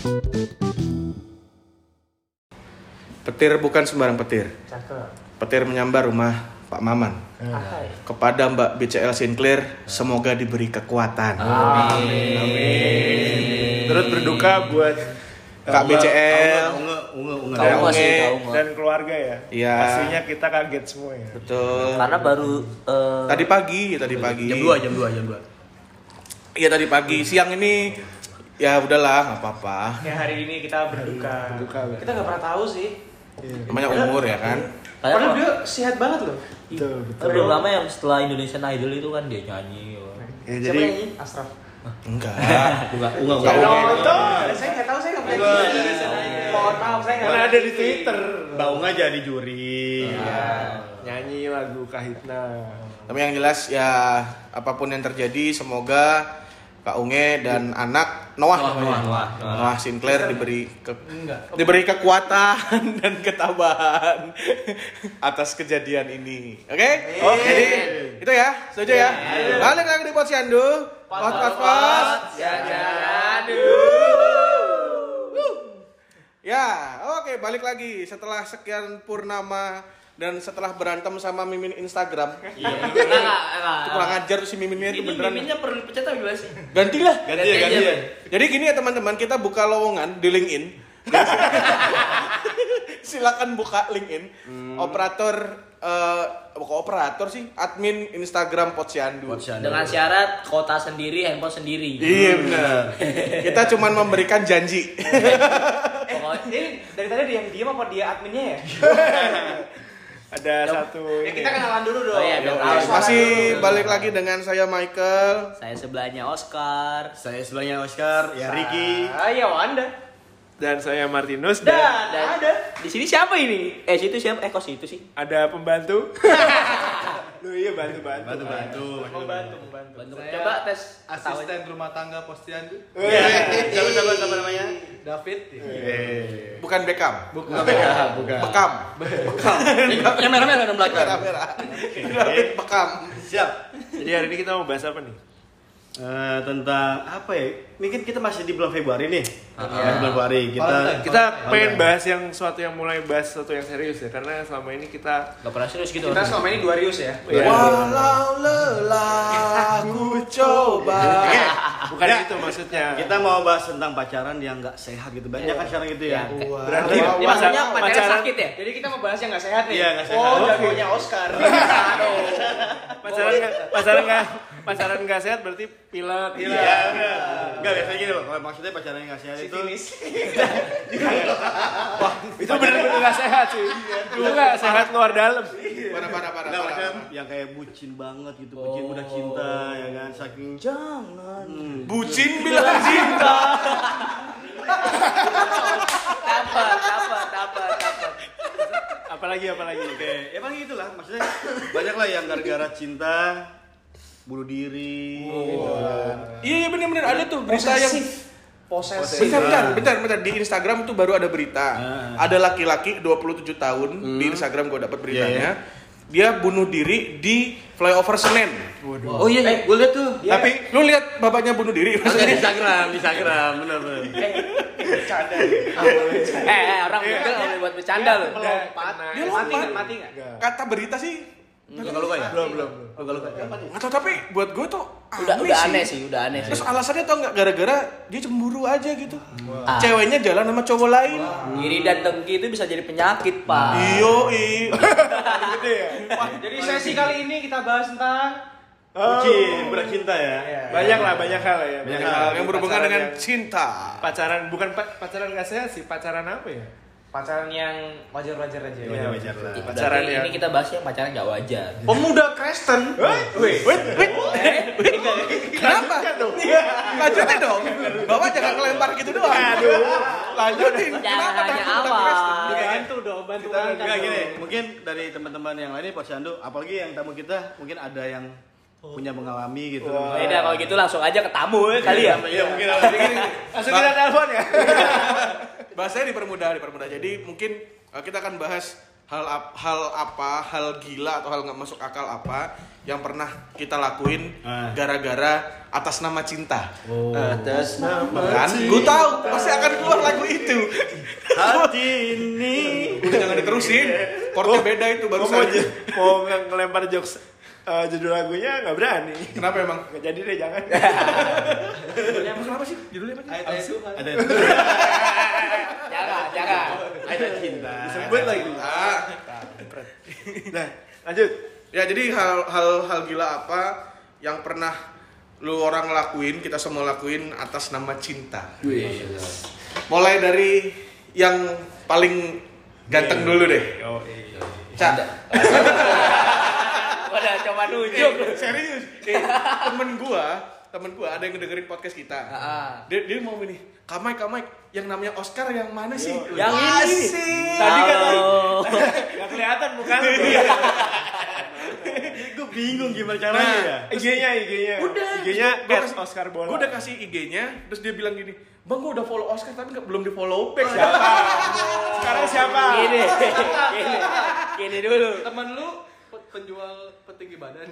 Petir bukan sembarang petir. Cakep. Petir menyambar rumah Pak Maman. Kepada Mbak BCL Sinclair, semoga diberi kekuatan. Amin. Turut berduka buat Kak BCL dan keluarga ya. Iya. Pastinya kita kaget semua ya. Betul. Karena baru Tadi pagi. Jam 2. Iya tadi pagi. Siang ini ya udahlah, nggak apa-apa. Ya hari ini kita berduka. Kita nggak pernah tahu sih. Namanya umur ya kan. Padahal dia sehat banget loh. Betul. belum lama yang setelah Indonesian Idol itu kan dia nyanyi. Ya, Siapa yang nyanyi? Ashraf. Enggak. Saya nggak tahu, saya nggak pernah nyanyi. Mohon maaf, saya nggak. Karena ada di Twitter. Baung aja di juri. Nyanyi lagu Kahitna. Tapi yang jelas ya apapun yang terjadi, semoga Kak Unge dan anak Noah Sinclair diberi kekuatan dan ketabahan atas kejadian ini. Oke? Jadi itu ya, setuju ya. Balik lagi di Posyandu. Pos. Ya, oke, balik lagi setelah sekian purnama dan setelah berantem sama Mimin Instagram. Iya. Itu kurang ajar tuh si Miminnya itu Ini beneran. miminnya perlu dipecat atau gimana sih? Gantilah. Gantian. Jadi gini ya teman-teman, kita buka lowongan di LinkedIn. Silakan buka LinkedIn. Bukan operator sih, admin Instagram Posyandu. Dengan syarat kota sendiri, handphone sendiri. Iya benar. Kita cuman memberikan janji. Ini dari tadi dia yang diem apa dia adminnya ya? Ada satu Ya ini. kita kenalan dulu dong. Oh iya, biar tahu. Masih balik lagi dengan saya Michael. Saya sebelahnya Oscar. Saya sebelahnya Oscar, ya Ricky. Ayo Anda. Dan saya Martinus Dan dan ada. Di sini siapa ini? Situ siapa? Kok situ sih? ada pembantu. Lu iya bantu. Bantu. Coba tes Asisten rumah tangga Posyandu. Siapa namanya? David. Bukan Beckham. Bukan. Bekam. yang merah-merah dan belakang. Merah. David Bekam. Siap. Jadi hari ini kita mau bahas apa nih? Tentang apa ya? Mungkin kita masih di bulan Februari nih. Bulan Februari Kita pengen bahas yang mulai bahas sesuatu yang serius ya, karena selama ini kita Gak pernah serius gitu. Kita selama ini 2 rius ya. Walau lelah ku coba. bukan itu maksudnya. kita mau bahas tentang pacaran yang nggak sehat gitu. Banyak kan sekarang gitu ya. Berarti Ini maksudnya pacaran sakit ya? Jadi kita mau bahas yang nggak sehat nih. Iya, nggak sehat. Oh, jagonya Oscar. pacaran nggak sehat berarti pilek. Iya. Enggak biasanya gini loh. Kalau maksudnya pacaran yang nggak sehat itu Itu benar-benar nggak sehat sih. Itu nggak sehat luar dalam. Parah. Nggak, maksudnya yang kayak bucin banget gitu, bucin udah cinta ya kan, saking jangan. Bucin bilang cinta. Dapat. Apalagi. Oke, emang itulah maksudnya banyak lah yang gara-gara cinta bunuh diri. Gitu kan. Iya benar ada tuh berita yang Posesif. Bentar. Di Instagram itu baru ada berita. Ada laki-laki 27 tahun di Instagram gue dapat beritanya. Dia bunuh diri di flyover Senen. Oh iya, gue liat tuh. Tapi lu lihat bapaknya bunuh diri? Di Instagram, bener. Bercanda. Orang Google nggak boleh buat bercanda loh. Dia lompat. Mati nggak? Kata berita sih. Enggak luka ya? Belum. Nggak tahu, tapi buat gue tuh Udah aneh sih. Terus alasannya tau nggak, gara-gara dia cemburu aja gitu. Ceweknya jalan sama cowok lain. Iri dan dengki itu bisa jadi penyakit, Pak. Iyo. Gitu ya. Jadi sesi kali ini kita bahas tentang Bucin, budak cinta ya. Banyak hal ya. Banyak hal yang berhubungan dengan cinta. Pacaran bukan pacaran nggak sehat sih, pacaran apa ya? pacaran yang wajar-wajar aja. Wajar lah. Pacaran Berarti yang ini kita bahas yang pacaran nggak wajar. Pemuda Kristen. Kenapa? Lanjutin dong. Bapak jangan ngelempar gitu doang. Lanjutin. Kenapa Jangan hanya takut udah awal. Kristen? Bantu dong, bantu Kita angkat enggak dong. gini, mungkin dari teman-teman yang lain Posyandu, apalagi yang tamu kita mungkin ada yang punya mengalami gitu. Beda kalau gitu langsung aja ke tamu kali ya. Iya mungkin langsung kita telepon ya. Bahasanya dipermudah. Jadi mungkin kita akan bahas hal gila atau hal nggak masuk akal apa yang pernah kita lakuin gara-gara atas nama cinta. Atas nama Kan? Gue tahu pasti akan keluar lagu itu. hati ini. Udah jangan diterusin. Chordnya beda itu baru saja. Mau ngelempar jokes judul lagunya nggak berani. Kenapa emang? Nggak jadi deh, jangan. Emang kenapa sih? Judulnya apa? Ada Jangan. ada cinta. Disebut lagi. Nah, lanjut. Ya jadi hal gila apa yang pernah lu orang lakuin, kita semua lakuin atas nama cinta. Mulai dari yang paling ganteng dulu deh. Cak. Udah coba nunjuk. Serius. Temen gua ada yang ngedengerin podcast kita. Dia mau ini. Kamai, yang namanya Oscar yang mana sih? Yang ini. Tadi kan nggak kelihatan bukan? Gue bingung gimana caranya ya. IG-nya. Udah. IG-nya Gua kasih- Oscar Bola. Gue udah kasih IG-nya, terus dia bilang gini, Bang, gue udah follow Oscar tapi belum di follow back. Sekarang siapa? Gini dulu. Temen lu penjual petinggi badan.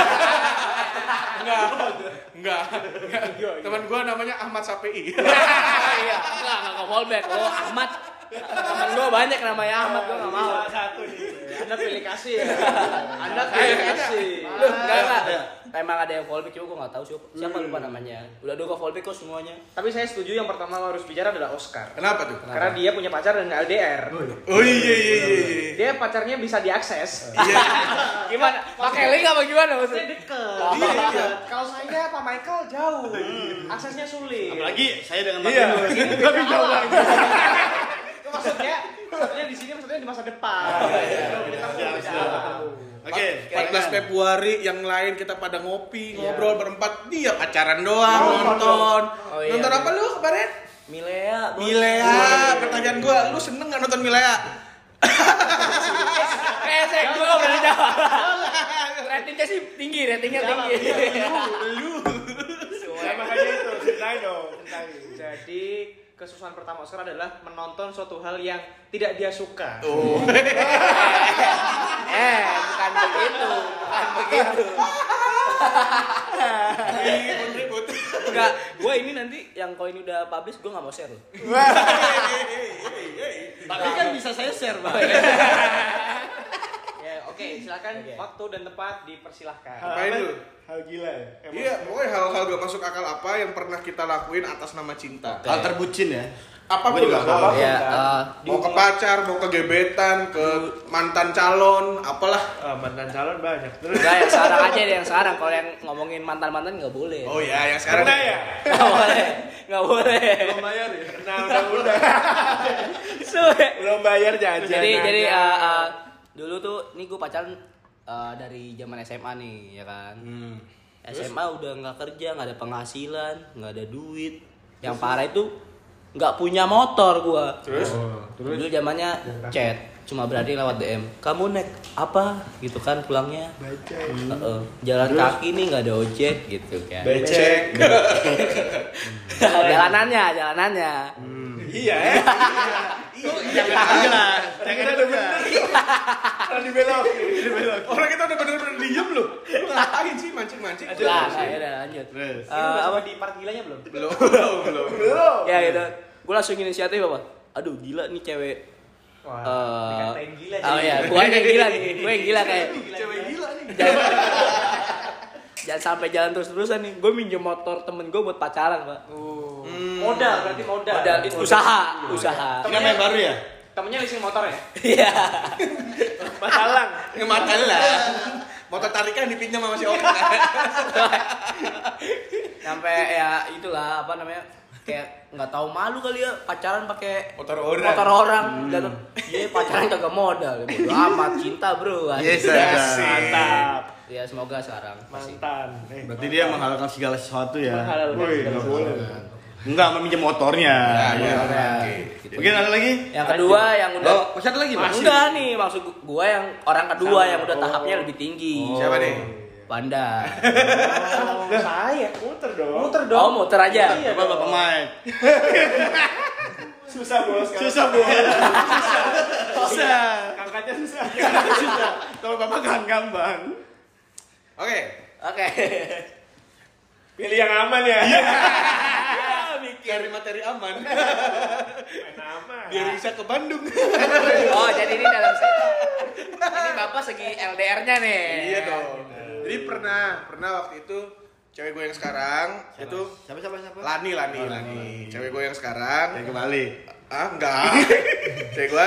Enggak. Teman gue namanya Ahmad Sapei. Iya, enggak fallback. Oh, Ahmad. Temen gue banyak namanya Ahmad, gue enggak mau. Salah satu nih. Anda pilih kasih ya. Anda pilih kasih. Enggak. Emang ada yang fallback, cuma gue nggak tahu siapa lupa namanya. Udah dua fallback kok semuanya. Tapi saya setuju yang pertama harus bicara adalah Oscar. Kenapa tuh? Karena dia punya pacar dan LDR. Oh iya. Dia pacarnya bisa diakses. Iya. Gimana? Pakai link apa gimana maksudnya? Deket. Iya. Kalau saya Pak Michael jauh. Aksesnya sulit. Apalagi saya dengan Iya. Martin. Ini lebih jauh lagi. maksudnya di sini maksudnya di masa depan. Oke, 14 Februari yang lain kita pada ngopi, ngobrol berempat, dia pacaran doang, nonton. Oh, iya. Nonton apa lu kemarin? Milea. Pertanyaan gua, lu seneng gak nonton Milea? Kesek, gue gak berani jawab. Ratingnya sih tinggi. Lu. Ya makanya itu, ceritain dong. Jadi kesusahan pertama Oscar adalah menonton suatu hal yang tidak dia suka. Oh. Bukan begitu. Ribut. Enggak, gue ini nanti yang kalau ini udah publish gue nggak mau share loh. Tapi kan bisa saya share, Bang. Ya, oke, silakan waktu dan tempat dipersilahkan. Ngapain lu? Hal gila ya. Iya, pokoknya hal-hal gak masuk akal apa yang pernah kita lakuin atas nama cinta. Hal terbucin ya. Apapun Gua juga lah. Ya, Mau ke pacar, mau ke gebetan, ke mantan calon, apalah. Mantan calon banyak. Terus enggak yang sekarang aja deh yang sekarang. Kalau yang ngomongin mantan nggak boleh. Oh ya, yang sekarang. pernah ya? Nggak boleh. Belum bayar ya? Pernah udah. Suwe. Belum bayar jajan. Jadi dulu tuh nih gue pacaran dari zaman SMA nih ya kan. SMA udah nggak kerja, nggak ada penghasilan, nggak ada duit. Yang parah itu nggak punya motor gua. Terus dulu zamannya chat, cuma berani lewat DM. Kamu naik apa gitu kan pulangnya? Jalan kaki nih nggak ada ojek gitu kan. Becek. Jalanannya. Iya ya. Jangan aja lah. Jangan ada bener. Kalau dibelok. Orang kita udah bener-bener diem loh. Lu ngapain sih mancing-mancing? Lah, udah lanjut. Terus. Apa di part gilanya belum? Belum. Ya gitu. Gue langsung inisiatif apa? Aduh gila nih cewek. Dikatain gila. Oh iya, gue yang gila nih. Gue yang gila kayak. Cewek gila nih. Jangan sampai jalan terus-terusan nih. Gue minjem motor temen gue buat pacaran, Pak. Modal, berarti modal. Usaha. Ini namanya baru ya? Temennya leasing motor ya? Iya. Matalang. Ngematal lah. Motor tarikan dipinjam sama si Oka. Sampai ya itulah apa namanya? Kayak nggak tahu malu kali ya pacaran pakai Motor orang. Dan dia pacaran kagak modal. Bodo amat cinta, Bro. Yes, Mantap. Ya semoga sekarang masih. Mantan. Berarti dia menghalalkan segala sesuatu ya. Woi, enggak boleh. Enggak, meminjam motornya. Oke. Mungkin ada lagi? Yang kedua yang udah Masih ada lagi, Mas? enggak nih maksud gua yang orang kedua yang udah tahapnya lebih tinggi. Siapa nih? Panda. Saya. Muter dong. Oh, muter aja. Coba Bapak Mike. Susah bos. Susah. Kang Ngangkatnya susah. Kalau bapak gampang. Oke. Oke. Pilih yang aman ya. Cari materi aman. Main aman. Biar bisa ke Bandung. Oh, jadi ini dalam ini Bapak segi LDR-nya nih. Iya dong. Jadi pernah waktu itu cewek gue yang sekarang itu Siapa? Lani. Cewek gue yang sekarang. Yang kembali. Enggak. Cewek gue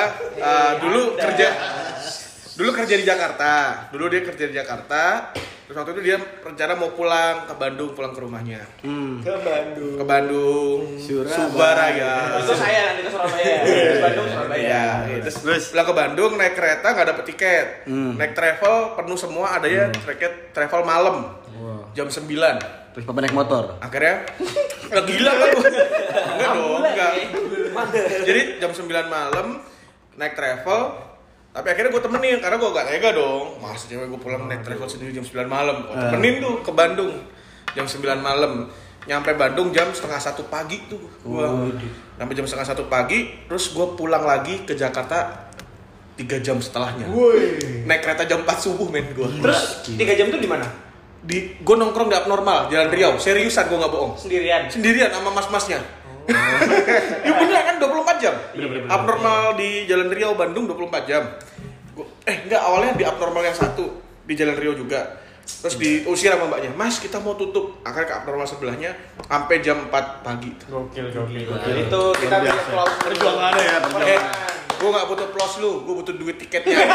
dulu kerja di Jakarta. Dulu dia kerja di Jakarta. Terus waktu itu dia rencana mau pulang ke Bandung, pulang ke rumahnya. Ke Bandung. Surabaya. Itu saya nanti ke Surabaya. Terus Bandung Surabaya. Iya. Terus pulang ke Bandung naik kereta nggak dapet tiket. Naik travel penuh semua, adanya travel malam. Jam 9. Terus bapak naik motor. Akhirnya gila kan gua. Enggak dong, enggak. Jadi jam 9 malam naik travel. Tapi akhirnya gue temenin karena gue gak tega dong. Masa cewek gue pulang naik travel sendiri jam 9 malam. Gue temenin tuh ke Bandung jam 9 malam. Nyampe Bandung jam 12:30 pagi tuh gua. Sampai jam 12:30 pagi, terus gue pulang lagi ke Jakarta 3 jam setelahnya. Naik kereta jam 4 subuh men gue. Terus 3 jam tuh di mana? Gue nongkrong di Abnormal, Jalan Riau. Seriusan gue nggak bohong. Sendirian sama mas-masnya. Ya bener kan 24 jam. Abnormal di Jalan Riau Bandung 24 jam. Enggak, awalnya di Abnormal yang satu di Jalan Riau juga. Terus diusir sama mbaknya, "Mas, kita mau tutup." Akhirnya ke Abnormal sebelahnya sampai jam 4 pagi. Gokil. Itu kita punya close Perjuangannya ya, Gue nggak butuh plus lu, gue butuh duit tiketnya.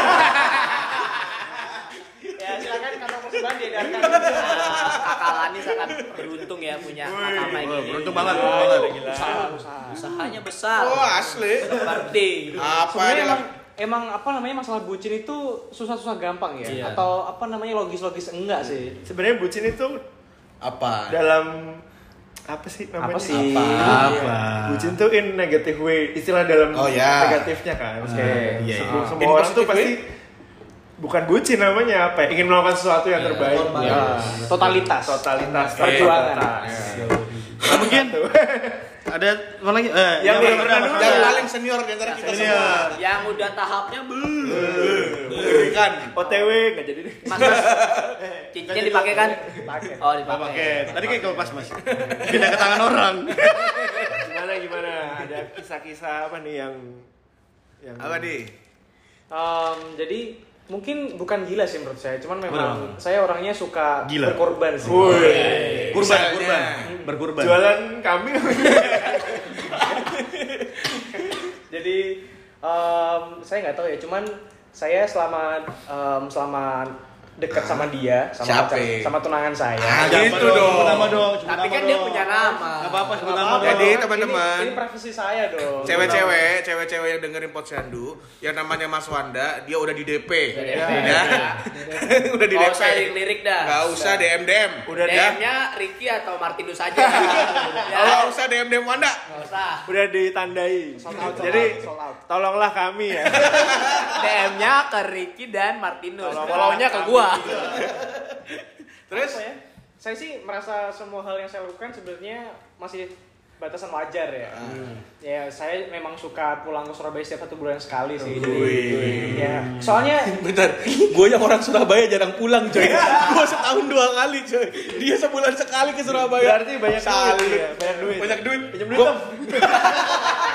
Ya silakan kantor persembahan diedarkan. Kakak Lani sangat beruntung ya punya kakak kayak gini. Beruntung banget. Usahanya besar. Oh asli. Seperti Apa Sebenarnya dia? emang apa namanya masalah bucin itu susah-susah gampang ya? Iya. Atau apa namanya logis-logis enggak sih? Sebenarnya bucin itu Apa? dalam apa sih namanya? Apa sih? Apa? Bucin tuh in negative way, istilah dalam Oh, ya. negatifnya kan. Iya. Semua In orang tuh positive pasti bukan bucin namanya apa? Ingin melakukan sesuatu yang terbaik. Ya, totalitas. Perjuangan. Nah, mungkin ada apa lagi? Yang udah Yang paling senior di antara kita semua. yang udah tahapnya belum. Mengerikan. OTW nggak jadi deh. Mas, cincinnya dipakai kan? Oh, dipakai. Oke, tadi kayak kelepas Mas. Pindah ke tangan orang. Gimana? Ada kisah-kisah apa nih yang Apa nih? Jadi mungkin bukan gila sih menurut saya, cuman memang saya orangnya suka Gila. berkorban sih. Berkurban. jualan kambing? Jadi saya nggak tahu ya, cuman saya selama dekat sama dia, Siapa? sama tunangan saya. Gitu dong. Nama dong. Tapi kan dia punya nama. Enggak apa-apa sebut nama Apa-apa. dong. Jadi teman-teman, ini privasi saya dong. cewek-cewek yang dengerin Posyandu, yang namanya Mas Wanda, dia udah di DP. Ya. Udah di Nggak DP. usah lirik dah. Enggak usah DM. Udah DM-nya Ricky atau Martinus aja. Enggak usah DM Wanda. Nggak usah. Udah ditandai. Sold Jadi out. tolonglah kami ya. DM-nya ke Ricky dan Martinus. Tolong Follow-nya ke gua. Terus ya, saya sih merasa semua hal yang saya lakukan sebenarnya masih batasan wajar ya. Ya saya memang suka pulang ke Surabaya setiap 1 bulan sekali sih. Jadi, ya soalnya Bentar, gue yang orang Surabaya jarang pulang coy. Gue setahun 2 kali coy. Dia sebulan sekali ke Surabaya. Berarti banyak Salut. duit ya, banyak duit. Banyak duit. Pinjam duit Gua- dong.